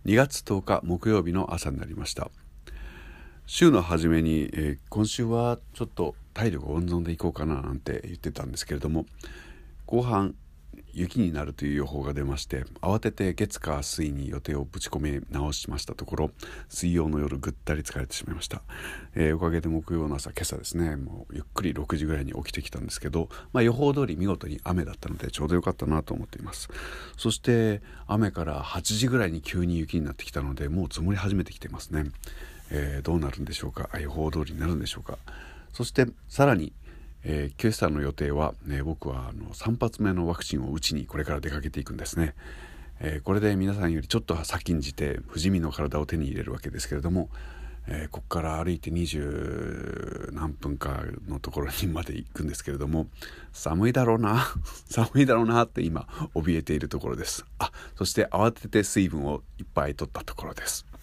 2月10日木曜日の朝になりました。週の初めに、今週はちょっと体力温存でいこうかななんて言ってたんですけれども、後半雪になるという予報が出まして、慌てて月火水に予定をぶち込め直しましたところ、水曜の夜ぐったり疲れてしまいました。おかげで木曜の朝、今朝ですね、もうゆっくり6時ぐらいに起きてきたんですけど、予報通り見事に雨だったのでちょうどよかったなと思っています。そして雨から8時ぐらいに急に雪になってきたので、もう積もり始めてきてますね。どうなるんでしょうか。予報通りになるんでしょうか。そしてさらに今朝の予定は、僕は3発目のワクチンを打ちにこれから出かけていくんですね。これで皆さんよりちょっと先んじて不死身の体を手に入れるわけですけれども、ここから歩いて20何分かのところにまで行くんですけれども、寒いだろうな寒いだろうなって今怯えているところです。そして慌てて水分をいっぱい取ったところです。